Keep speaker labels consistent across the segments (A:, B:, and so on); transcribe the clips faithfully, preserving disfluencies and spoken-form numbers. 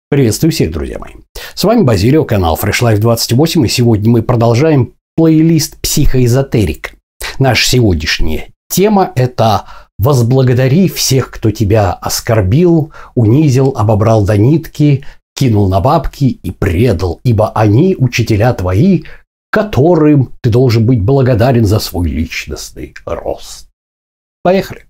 A: Приветствую всех, друзья мои. С вами Базилио, канал Fresh Life двадцать восемь, и сегодня мы продолжаем плейлист психоэзотерика. Наша сегодняшняя тема – это «Возблагодари всех, кто тебя оскорбил, унизил, обобрал до нитки, кинул на бабки и предал, ибо они учителя твои, которым ты должен быть благодарен за свой личностный рост». Поехали!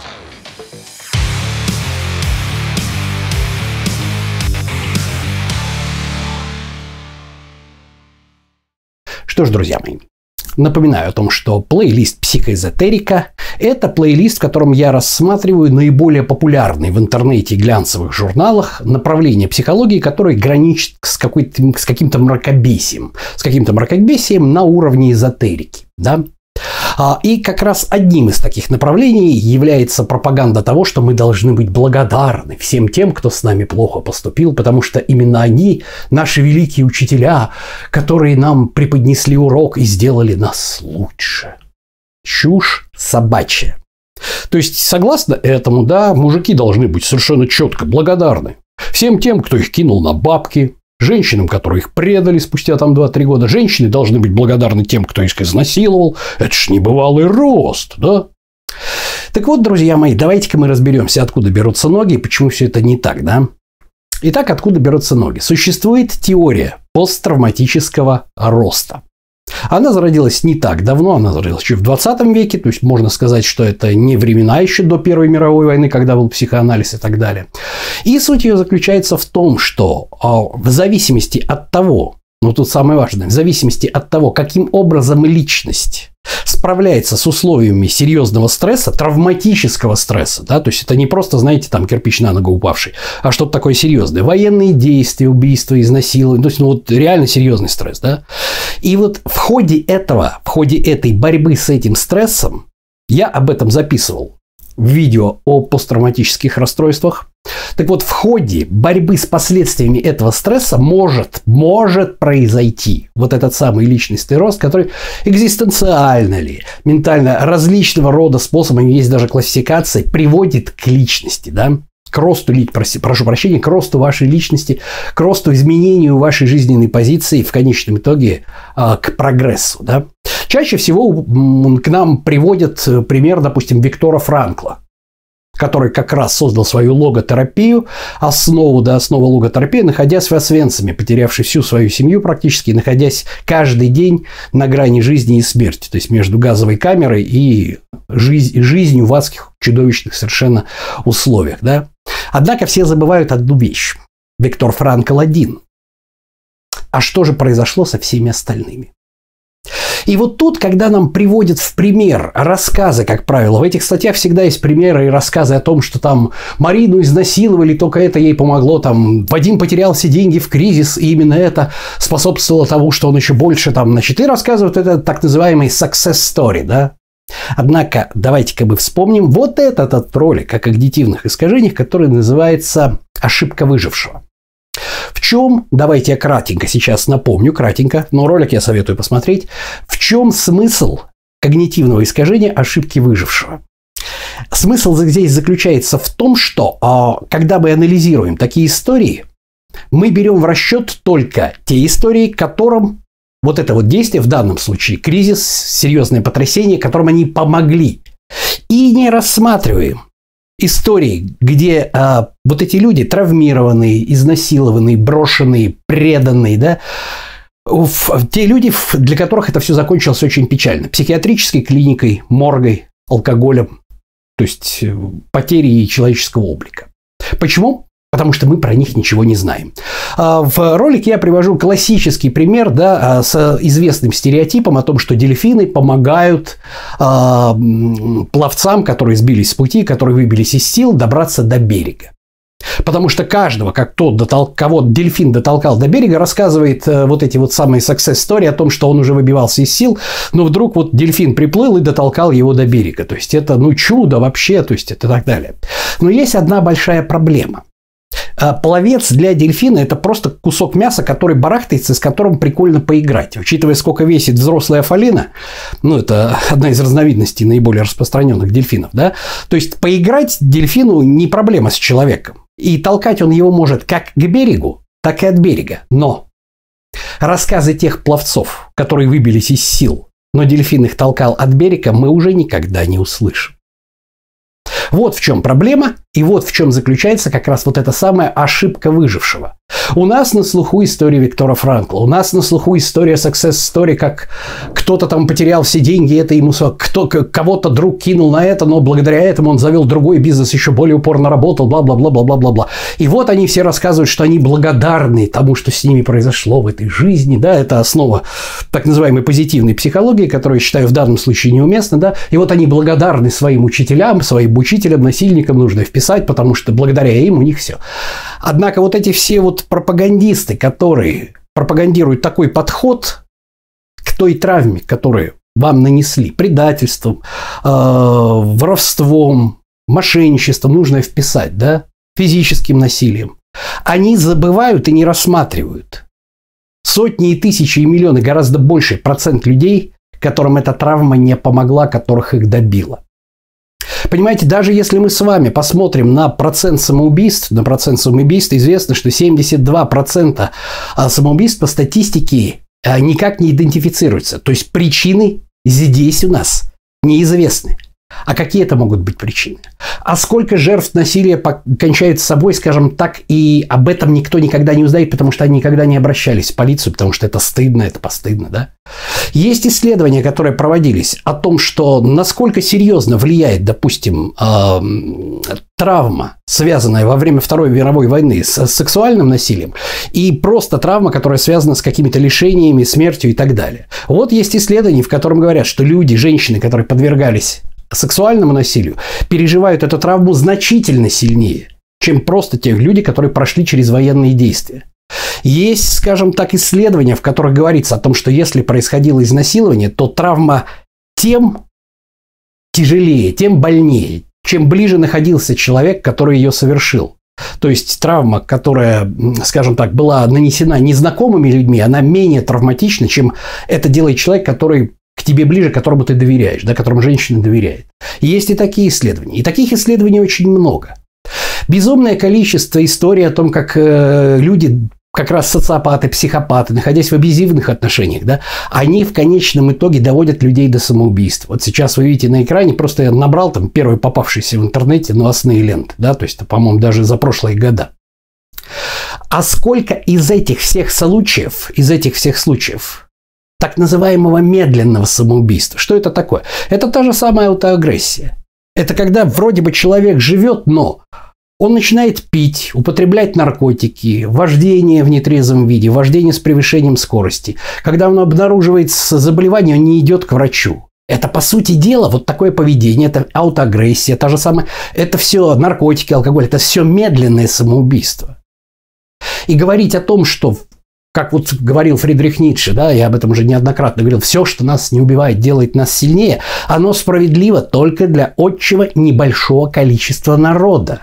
A: Что ж, друзья мои, напоминаю о том, что плейлист психоэзотерика – это плейлист, в котором я рассматриваю наиболее популярные в интернете и глянцевых журналах направления психологии, которые граничат с, какой-то, с каким-то мракобесием, с каким-то мракобесием на уровне эзотерики, да? И как раз одним из таких направлений является пропаганда того, что мы должны быть благодарны всем тем, кто с нами плохо поступил, потому что именно они наши великие учителя, которые нам преподнесли урок и сделали нас лучше. Чушь собачья. То есть, согласно этому, да, мужики должны быть совершенно четко благодарны всем тем, кто их кинул на бабки, женщинам, которые их предали спустя там два-три года. Женщины должны быть благодарны тем, кто их изнасиловал. Это ж небывалый рост, да? Так вот, друзья мои, давайте-ка мы разберемся, откуда берутся ноги и почему все это не так, да? Итак, откуда берутся ноги? Существует теория посттравматического роста. Она зародилась не так давно, она зародилась еще в двадцатом веке, то есть можно сказать, что это не времена еще до Первой мировой войны, когда был психоанализ и так далее. И суть ее заключается в том, что в зависимости от того, ну тут самое важное, в зависимости от того, каким образом личность справляется с условиями серьезного стресса, травматического стресса, да, то есть это не просто, знаете, там кирпич на ногу упавший, а что-то такое серьезное. Военные действия, убийства, изнасилования, то есть ну, вот реально серьезный стресс, да. И вот в ходе этого, в ходе этой борьбы с этим стрессом, я об этом записывал в видео о посттравматических расстройствах. Так вот, в ходе борьбы с последствиями этого стресса может, может произойти вот этот самый личностный рост, который экзистенциально ли, ментально различного рода способами, есть даже классификация, приводит к личности, да, к росту, прошу прощения, к росту вашей личности, к росту изменению вашей жизненной позиции, в конечном итоге к прогрессу, да. Чаще всего к нам приводят пример, допустим, Виктора Франкла, который как раз создал свою логотерапию, основу до основы логотерапии, находясь в Освенциме, потерявший всю свою семью практически, находясь каждый день на грани жизни и смерти, то есть между газовой камерой и жизнь, жизнью в адских, чудовищных совершенно условиях. Да? Однако все забывают одну вещь. Виктор Франкл один. А что же произошло со всеми остальными? И вот тут, когда нам приводят в пример рассказы, как правило, в этих статьях всегда есть примеры и рассказы о том, что там Марину изнасиловали, только это ей помогло, там Вадим потерял все деньги в кризис, и именно это способствовало тому, что он еще больше там, значит, и рассказывают это так называемый success story, да. Однако, давайте-ка мы вспомним вот этот, этот ролик о когнитивных искажениях, который называется «Ошибка выжившего». В чем, давайте я кратенько сейчас напомню, кратенько, но ролик я советую посмотреть, в чем смысл когнитивного искажения ошибки выжившего? Смысл здесь заключается в том, что когда мы анализируем такие истории, мы берем в расчет только те истории, которым вот это вот действие, в данном случае кризис, серьезное потрясение, которым они помогли, и не рассматриваем истории, где а, вот эти люди травмированные, изнасилованные, брошенные, преданные, да, в, те люди, для которых это все закончилось очень печально. Психиатрической клиникой, моргой, алкоголем, то есть потерей человеческого облика. Почему? Потому что мы про них ничего не знаем. В ролике я привожу классический пример, да, с известным стереотипом о том, что дельфины помогают э, пловцам, которые сбились с пути, которые выбились из сил, добраться до берега. Потому что каждого, как тот, дотол... кого дельфин дотолкал до берега, рассказывает э, вот эти вот самые success story о том, что он уже выбивался из сил, но вдруг вот дельфин приплыл и дотолкал его до берега. То есть это, ну, чудо вообще, то есть это так далее. Но есть одна большая проблема. Пловец для дельфина – это просто кусок мяса, который барахтается, с которым прикольно поиграть. Учитывая, сколько весит взрослая фалина, ну, это одна из разновидностей наиболее распространенных дельфинов, да, то есть поиграть дельфину не проблема с человеком. И толкать он его может как к берегу, так и от берега. Но рассказы тех пловцов, которые выбились из сил, но дельфин их толкал от берега, мы уже никогда не услышим. Вот в чем проблема, и вот в чем заключается как раз вот эта самая ошибка выжившего. У нас на слуху история Виктора Франкла, у нас на слуху история success story, как кто-то там потерял все деньги, это ему кто, кого-то друг кинул на это, но благодаря этому он завел другой бизнес, еще более упорно работал, бла-бла-бла-бла-бла-бла. И вот они все рассказывают, что они благодарны тому, что с ними произошло в этой жизни, да, это основа так называемой позитивной психологии, которую я считаю в данном случае неуместно, да, и вот они благодарны своим учителям, своим учителям, насильникам нужно вписать, потому что благодаря им у них все. Однако вот эти все вот пропагандисты, которые пропагандируют такой подход к той травме, которую вам нанесли, предательством, э, воровством, мошенничеством, нужно вписать, да, физическим насилием, они забывают и не рассматривают сотни и тысячи и миллионы, гораздо больший процент людей, которым эта травма не помогла, которых их добила. Понимаете, даже если мы с вами посмотрим на процент самоубийств, на процент самоубийств, известно, что семьдесят два процента самоубийств по статистике никак не идентифицируются. То есть причины здесь у нас неизвестны. А какие это могут быть причины? А сколько жертв насилия кончают с собой, скажем так, и об этом никто никогда не узнает, потому что они никогда не обращались в полицию, потому что это стыдно, это постыдно, да? Есть исследования, которые проводились о том, что насколько серьезно влияет, допустим, э, травма, связанная во время Второй мировой войны с сексуальным насилием, и просто травма, которая связана с какими-то лишениями, смертью и так далее. Вот есть исследования, в котором говорят, что люди, женщины, которые подвергались сексуальному насилию, переживают эту травму значительно сильнее, чем просто те люди, которые прошли через военные действия. Есть, скажем так, исследования, в которых говорится о том, что если происходило изнасилование, то травма тем тяжелее, тем больнее, чем ближе находился человек, который ее совершил. То есть травма, которая, скажем так, была нанесена незнакомыми людьми, она менее травматична, чем это делает человек, который к тебе ближе, которому ты доверяешь, да, которому женщина доверяет. И есть и такие исследования. И таких исследований очень много. Безумное количество историй о том, как э, люди, как раз социопаты, психопаты, находясь в абьюзивных отношениях, да, они в конечном итоге доводят людей до самоубийства. Вот сейчас вы видите на экране, просто я набрал там первые попавшиеся в интернете новостные ленты, да, то есть, по-моему, даже за прошлые года. А сколько из этих всех случаев, из этих всех случаев, так называемого медленного самоубийства. Что это такое? Это та же самая аутоагрессия. Это когда вроде бы человек живет, но он начинает пить, употреблять наркотики, вождение в нетрезвом виде, вождение с превышением скорости. Когда он обнаруживает заболевание, он не идет к врачу. Это, по сути дела, вот такое поведение, это аутоагрессия, та же самая, это все наркотики, алкоголь, это все медленное самоубийство. И говорить о том, что, как вот говорил Фридрих Ницше, да, я об этом уже неоднократно говорил, все, что нас не убивает, делает нас сильнее, оно справедливо только для отчего небольшого количества народа.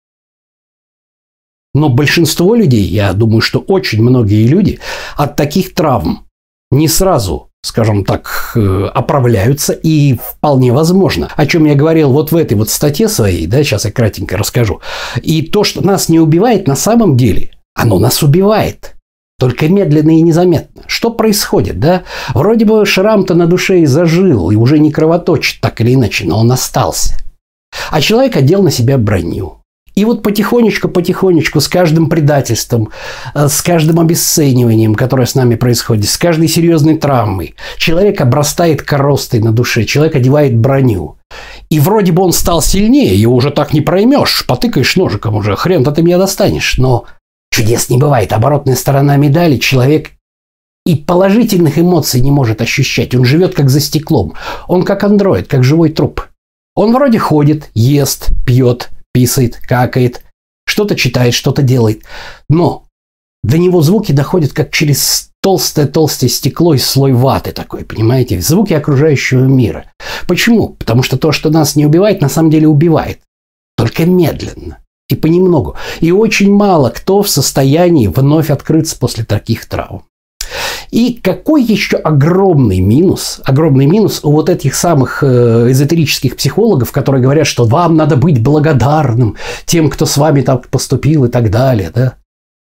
A: Но большинство людей, я думаю, что очень многие люди от таких травм не сразу, скажем так, оправляются, и вполне возможно, о чем я говорил вот в этой вот статье своей, да, сейчас я кратенько расскажу. И то, что нас не убивает, на самом деле, оно нас убивает. Только медленно и незаметно. Что происходит, да? Вроде бы шрам-то на душе и зажил, и уже не кровоточит так или иначе, но он остался. А человек одел на себя броню. И вот потихонечку-потихонечку с каждым предательством, с каждым обесцениванием, которое с нами происходит, с каждой серьезной травмой, человек обрастает коростой на душе, человек одевает броню. И вроде бы он стал сильнее, его уже так не проймешь, потыкаешь ножиком уже, хрен-то ты меня достанешь, но чудес не бывает. Оборотная сторона медали, человек и положительных эмоций не может ощущать. Он живет как за стеклом. Он как андроид, как живой труп. Он вроде ходит, ест, пьет, писает, какает, что-то читает, что-то делает. Но до него звуки доходят как через толстое-толстое стекло и слой ваты такой, понимаете? Звуки окружающего мира. Почему? Потому что то, что нас не убивает, на самом деле убивает. Только медленно. И понемногу. И очень мало кто в состоянии вновь открыться после таких травм. И какой еще огромный минус, огромный минус у вот этих самых эзотерических психологов, которые говорят, что вам надо быть благодарным тем, кто с вами так поступил и так далее, да?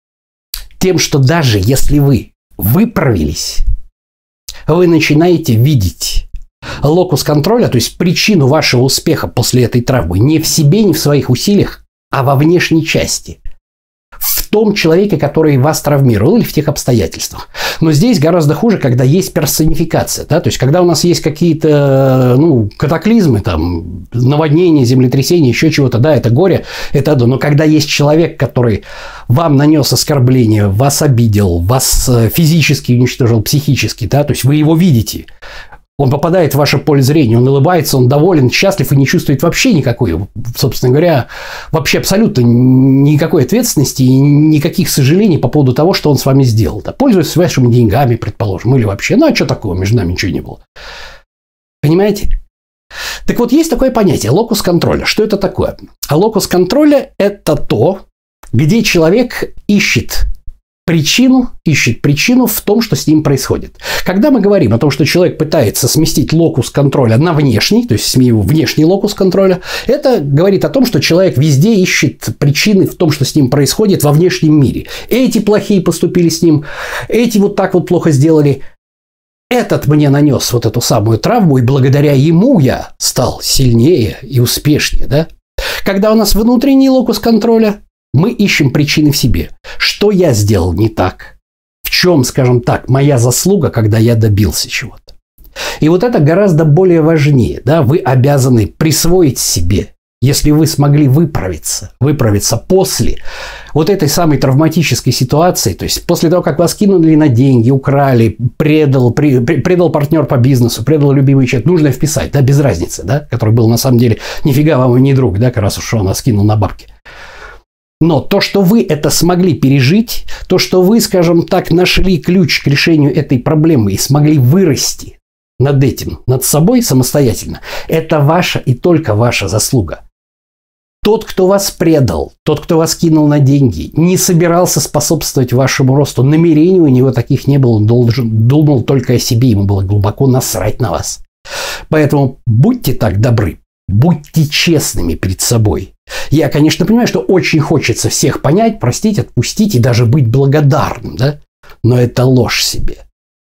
A: Тем, что даже если вы выправились, вы начинаете видеть локус контроля, то есть причину вашего успеха после этой травмы не в себе, не в своих усилиях, а во внешней части. В том человеке, который вас травмировал, или в тех обстоятельствах. Но здесь гораздо хуже, когда есть персонификация. Да? То есть, когда у нас есть какие-то ну, катаклизмы, там, наводнения, землетрясения, еще чего-то, да, это горе, это одно. Но когда есть человек, который вам нанес оскорбление, вас обидел, вас физически уничтожил, психически, да, то есть, вы его видите, он попадает в ваше поле зрения, он улыбается, он доволен, счастлив и не чувствует вообще никакой, собственно говоря, вообще абсолютно никакой ответственности и никаких сожалений по поводу того, что он с вами сделал. Да, пользуясь вашими деньгами, предположим, или вообще, ну а что такого, между нами ничего не было. Понимаете? Так вот, есть такое понятие – локус контроля. Что это такое? А локус контроля – это то, где человек ищет причину, ищет причину в том, что с ним происходит. Когда мы говорим о том, что человек пытается сместить локус контроля на внешний, то есть сменить внешний локус контроля, это говорит о том, что человек везде ищет причины в том, что с ним происходит во внешнем мире. Эти плохие поступили с ним, эти вот так вот плохо сделали. Этот мне нанес вот эту самую травму, и благодаря ему я стал сильнее и успешнее. Да? Когда у нас внутренний локус контроля, мы ищем причины в себе. Что я сделал не так? В чем, скажем так, моя заслуга, когда я добился чего-то? И вот это гораздо более важнее. Да? Вы обязаны присвоить себе, если вы смогли выправиться, выправиться после вот этой самой травматической ситуации, то есть после того, как вас кинули на деньги, украли, предал, при, предал партнер по бизнесу, предал любимый человек, нужно вписать, да, без разницы, да, который был на самом деле нифига вам и не друг, да, как раз уж он нас кинул на бабки. Но то, что вы это смогли пережить, то, что вы, скажем так, нашли ключ к решению этой проблемы и смогли вырасти над этим, над собой самостоятельно, это ваша и только ваша заслуга. Тот, кто вас предал, тот, кто вас кинул на деньги, не собирался способствовать вашему росту. Намерений у него таких не было, он должен, думал только о себе, ему было глубоко насрать на вас. Поэтому будьте так добры, будьте честными перед собой. Я, конечно, понимаю, что очень хочется всех понять, простить, отпустить и даже быть благодарным, да? Но это ложь себе.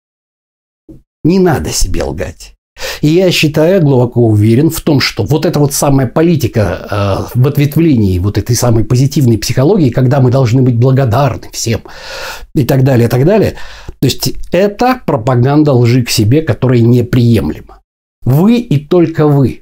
A: Не надо себе лгать. И я считаю, глубоко уверен в том, что вот эта вот самая политика э, в ответвлении вот этой самой позитивной психологии, когда мы должны быть благодарны всем и так далее, и так далее, то есть это пропаганда лжи к себе, которая неприемлема. Вы и только вы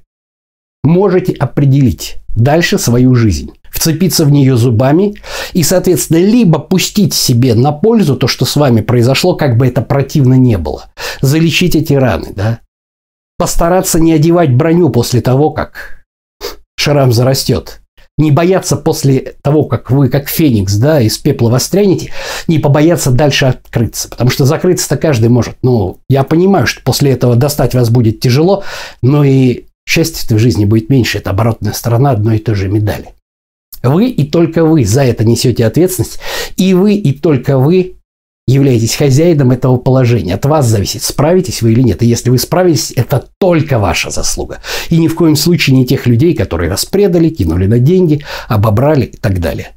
A: можете определить дальше свою жизнь, вцепиться в нее зубами и, соответственно, либо пустить себе на пользу то, что с вами произошло, как бы это противно не было, залечить эти раны, да, постараться не одевать броню после того, как шрам зарастет, не бояться после того, как вы, как феникс, да, из пепла вострянете, не побояться дальше открыться, потому что закрыться-то каждый может. Ну, я понимаю, что после этого достать вас будет тяжело, но и счастья в жизни будет меньше. Это оборотная сторона одной и той же медали. Вы и только вы за это несете ответственность, и вы и только вы являетесь хозяином этого положения. От вас зависит, справитесь вы или нет. И если вы справитесь, это только ваша заслуга. И ни в коем случае не тех людей, которые вас предали, кинули на деньги, обобрали и так далее.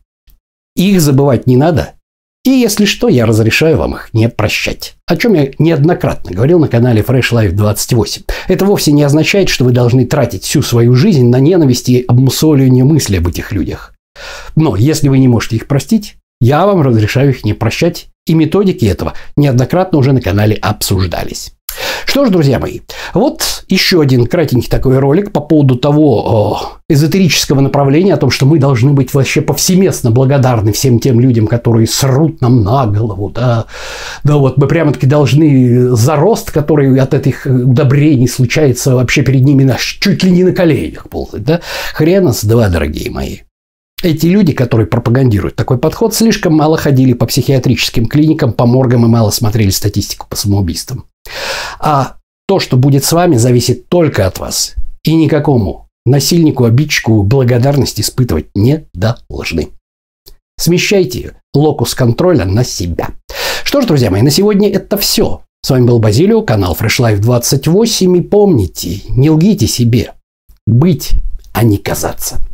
A: Их забывать не надо. И если что, я разрешаю вам их не прощать. О чем я неоднократно говорил на канале Fresh Life двадцать восемь. Это вовсе не означает, что вы должны тратить всю свою жизнь на ненависть и обмусоливание мысли об этих людях. Но если вы не можете их простить, я вам разрешаю их не прощать. И методики этого неоднократно уже на канале обсуждались. Что ж, друзья мои, вот еще один кратенький такой ролик по поводу того о, эзотерического направления, о том, что мы должны быть вообще повсеместно благодарны всем тем людям, которые срут нам на голову. Да, да вот мы прямо-таки должны за рост, который от этих удобрений случается, вообще перед ними наш чуть ли не на коленях ползать. Да? Хрена с два, дорогие мои. Эти люди, которые пропагандируют такой подход, слишком мало ходили по психиатрическим клиникам, по моргам и мало смотрели статистику по самоубийствам. А то, что будет с вами, зависит только от вас. И никакому насильнику, обидчику благодарность испытывать не должны. Смещайте локус контроля на себя. Что ж, друзья мои, на сегодня это все. С вами был Базилио, канал Fresh Life двадцать восемь. И помните, не лгите себе. Быть, а не казаться.